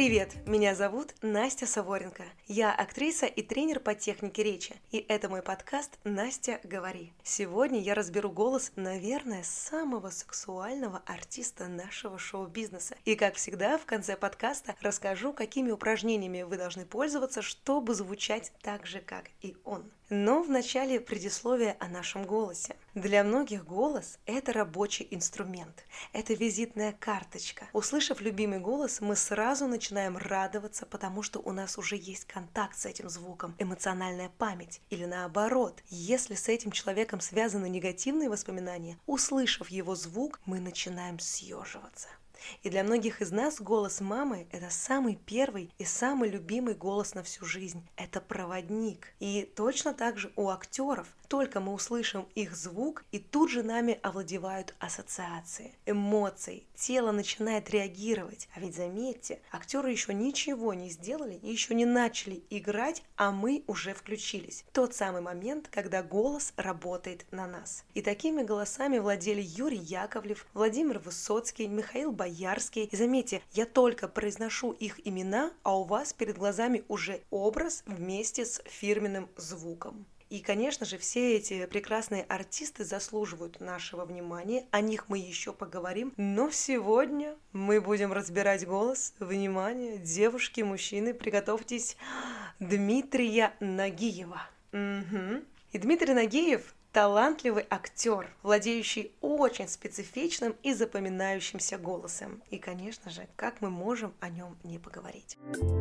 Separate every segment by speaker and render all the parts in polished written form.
Speaker 1: Привет, меня зовут Настя Саворенко. Я актриса и тренер по технике речи. И это мой подкаст «Настя, говори». Сегодня я разберу голос, наверное, самого сексуального артиста нашего шоу-бизнеса. И, как всегда, в конце подкаста расскажу, какими упражнениями вы должны пользоваться, чтобы звучать так же, как и он. Но вначале предисловие о нашем голосе. Для многих голос – это рабочий инструмент, это визитная карточка. Услышав любимый голос, мы сразу начинаем радоваться, потому что у нас уже есть контакт с этим звуком, эмоциональная память. Или наоборот, если с этим человеком связаны негативные воспоминания, услышав его звук, мы начинаем съеживаться. И для многих из нас голос мамы – это самый первый и самый любимый голос на всю жизнь. Это проводник. И точно так же у актеров. Только мы услышим их звук, и тут же нами овладевают ассоциации, эмоции. Тело начинает реагировать. А ведь заметьте, актеры еще ничего не сделали и еще не начали играть, а мы уже включились. Тот самый момент, когда голос работает на нас. И такими голосами владели Юрий Яковлев, Владимир Высоцкий, Михаил Боярский. И заметьте, я только произношу их имена, а у вас перед глазами уже образ вместе с фирменным звуком. И, конечно же, все эти прекрасные артисты заслуживают нашего внимания, о них мы еще поговорим, но сегодня мы будем разбирать голос, внимание, девушки, мужчины, приготовьтесь, Дмитрия Нагиева. И Дмитрий Нагиев – талантливый актер, владеющий очень специфичным и запоминающимся голосом. И, конечно же, как мы можем о нем не поговорить?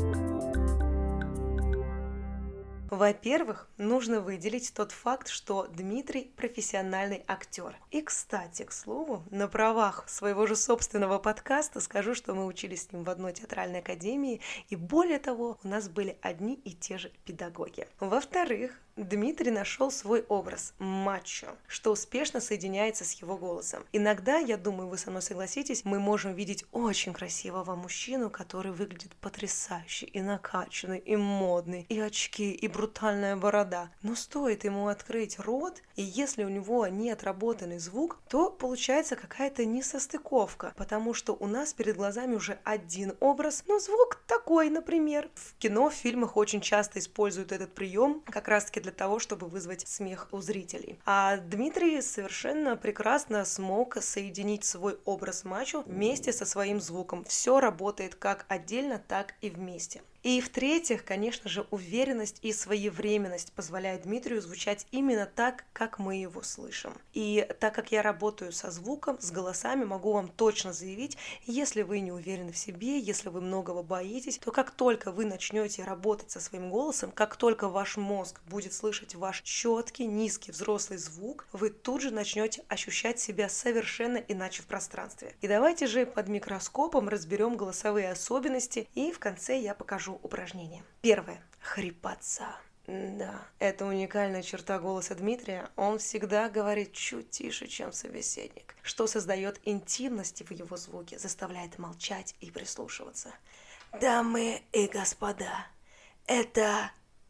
Speaker 1: Во-первых, нужно выделить тот факт, что Дмитрий – профессиональный актер. И, кстати, к слову, на правах своего же собственного подкаста скажу, что мы учились с ним в одной театральной академии, и более того, у нас были одни и те же педагоги. Во-вторых, Дмитрий нашел свой образ – мачо, что успешно соединяется с его голосом. Иногда, я думаю, вы со мной согласитесь, мы можем видеть очень красивого мужчину, который выглядит потрясающе, и накачанный, и модный, и очки, и брутальная борода. Но стоит ему открыть рот, и если у него не отработанный звук, то получается какая-то несостыковка, потому что у нас перед глазами уже один образ, но звук такой, например. В кино, в фильмах очень часто используют этот прием, как раз-таки для того, чтобы вызвать смех у зрителей. А Дмитрий совершенно прекрасно смог соединить свой образ мачо вместе со своим звуком. Все работает как отдельно, так и вместе. И в-третьих, конечно же, уверенность и своевременность позволяют Дмитрию звучать именно так, как мы его слышим. И так как я работаю со звуком, с голосами, могу вам точно заявить, если вы не уверены в себе, если вы многого боитесь, то как только вы начнете работать со своим голосом, как только ваш мозг будет слышать ваш четкий, низкий, взрослый звук, вы тут же начнете ощущать себя совершенно иначе в пространстве. И давайте же под микроскопом разберем голосовые особенности, и в конце я покажу упражнение. Первое. Хрипотца. Да, это уникальная черта голоса Дмитрия. Он всегда говорит чуть тише, чем собеседник, что создает интимность в его звуке, заставляет молчать и прислушиваться. Дамы и господа, это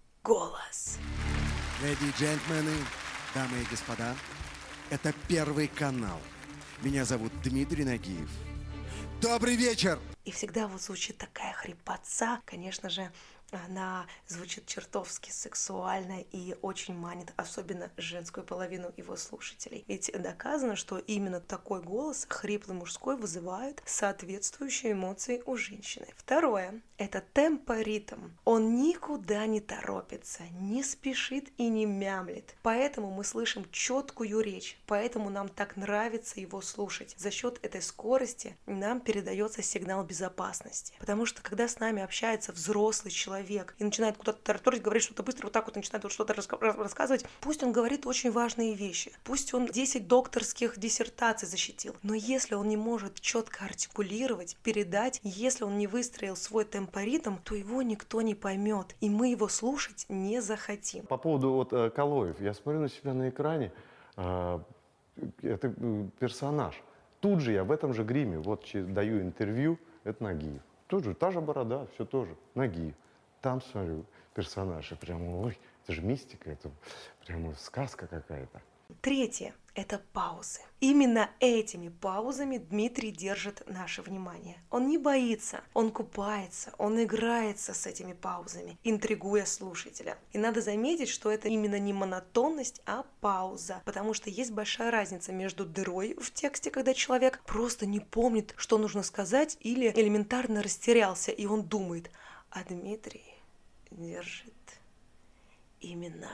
Speaker 1: голос.
Speaker 2: Леди и джентльмены, дамы и господа, это Первый канал. Меня зовут Дмитрий Нагиев. Добрый вечер!
Speaker 1: И всегда вот звучит такая хрипотца, конечно же, она звучит чертовски сексуально и очень манит, особенно женскую половину его слушателей. Ведь доказано, что именно такой голос, хриплый мужской, вызывает соответствующие эмоции у женщины. Второе – это темпоритм. Он никуда не торопится, не спешит и не мямлит. Поэтому мы слышим четкую речь, поэтому нам так нравится его слушать. За счет этой скорости нам передается сигнал безопасности. Потому что когда с нами общается взрослый человек, и начинает куда-то тараторить, говорить что-то быстро, вот так вот начинает вот что-то рассказывать, пусть он говорит очень важные вещи, пусть он 10 докторских диссертаций защитил, но если он не может четко артикулировать, передать, если он не выстроил свой темпоритм, то его никто не поймет, и мы его слушать не захотим.
Speaker 3: По поводу вот Калоев, я смотрю на себя на экране, это персонаж. Тут же я в этом же гриме, вот даю интервью, это Нагиев. Тут же та же борода, все тоже, Нагиев. Там, смотрю, персонажи, прямо, ой, это же мистика, это прямо сказка какая-то.
Speaker 1: Третье – это паузы. Именно этими паузами Дмитрий держит наше внимание. Он не боится, он купается, он играется с этими паузами, интригуя слушателя. И надо заметить, что это именно не монотонность, а пауза, потому что есть большая разница между дырой в тексте, когда человек просто не помнит, что нужно сказать, или элементарно растерялся, и он думает, а Дмитрий держит именно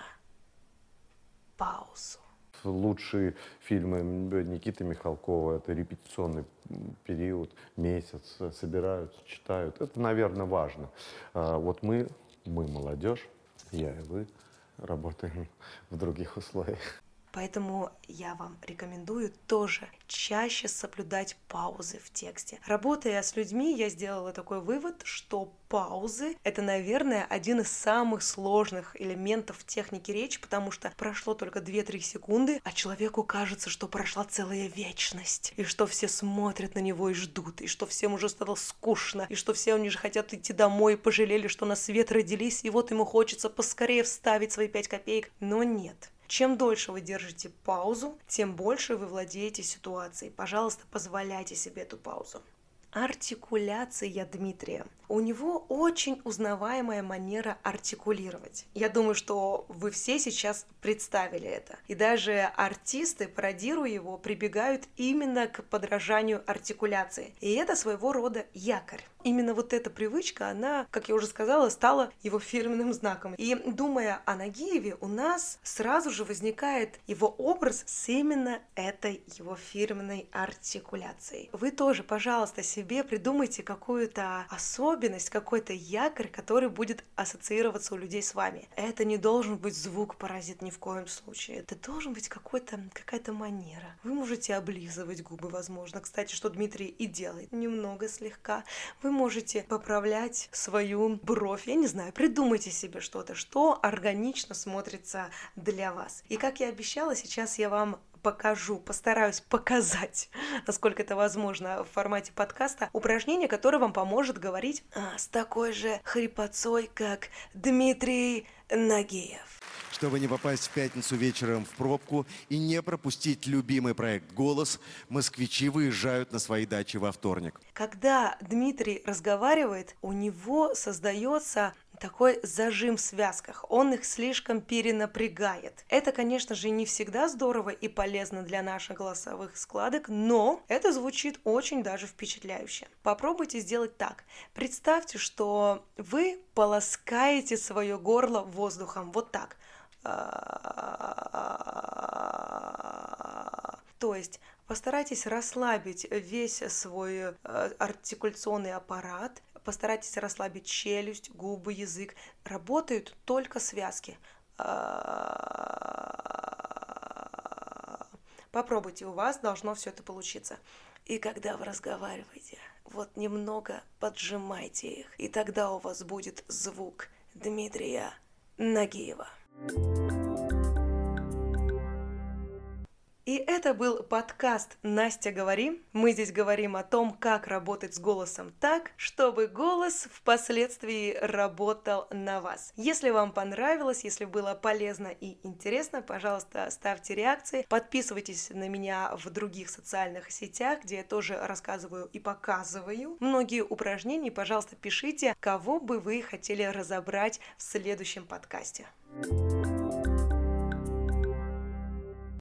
Speaker 1: паузу.
Speaker 3: Лучшие фильмы Никиты Михалкова — это репетиционный период, месяц, собираются, читают. Это, наверное, важно. Вот мы молодежь, я и вы, работаем в других условиях.
Speaker 1: Поэтому я вам рекомендую тоже чаще соблюдать паузы в тексте. Работая с людьми, я сделала такой вывод, что паузы — это, наверное, один из самых сложных элементов техники речи, потому что прошло только 2-3 секунды, а человеку кажется, что прошла целая вечность, и что все смотрят на него и ждут, и что всем уже стало скучно, и что все они же хотят идти домой и пожалели, что на свет родились, и вот ему хочется поскорее вставить свои 5 копеек. Но нет. Чем дольше вы держите паузу, тем больше вы владеете ситуацией. Пожалуйста, позволяйте себе эту паузу. Артикуляция Дмитрия. У него очень узнаваемая манера артикулировать. Я думаю, что вы все сейчас представили это. И даже артисты, пародируя его, прибегают именно к подражанию артикуляции. И это своего рода якорь. Именно вот эта привычка, она, как я уже сказала, стала его фирменным знаком. И думая о Нагиеве, у нас сразу же возникает его образ с именно этой его фирменной артикуляцией. Вы тоже, пожалуйста, себе придумайте какую-то особенность, какой-то якорь, который будет ассоциироваться у людей с вами. Это не должен быть звук-паразит ни в коем случае. Это должен быть какая-то манера. Вы можете облизывать губы, возможно. Кстати, что Дмитрий и делает. Немного слегка. Вы можете поправлять свою бровь. Я не знаю, придумайте себе что-то, что органично смотрится для вас. И как я обещала, сейчас я вам постараюсь показать, насколько это возможно в формате подкаста, упражнение, которое вам поможет говорить с такой же хрипотцой, как Дмитрий Нагиев.
Speaker 2: Чтобы не попасть в пятницу вечером в пробку и не пропустить любимый проект «Голос», москвичи выезжают на свои дачи во вторник.
Speaker 1: Когда Дмитрий разговаривает, у него создается такой зажим в связках, он их слишком перенапрягает. Это, конечно же, не всегда здорово и полезно для наших голосовых складок, но это звучит очень даже впечатляюще. Попробуйте сделать так. Представьте, что вы полоскаете свое горло воздухом, вот так. То есть постарайтесь расслабить весь свой артикуляционный аппарат, постарайтесь расслабить челюсть, губы, язык. Работают только связки. Попробуйте, у вас должно все это получиться. И когда вы разговариваете, вот немного поджимайте их, и тогда у вас будет звук Дмитрия Нагиева. И это был подкаст «Настя, говори». Мы здесь говорим о том, как работать с голосом так, чтобы голос впоследствии работал на вас. Если вам понравилось, если было полезно и интересно, пожалуйста, ставьте реакции, подписывайтесь на меня в других социальных сетях, где я тоже рассказываю и показываю многие упражнения. Пожалуйста, пишите, кого бы вы хотели разобрать в следующем подкасте.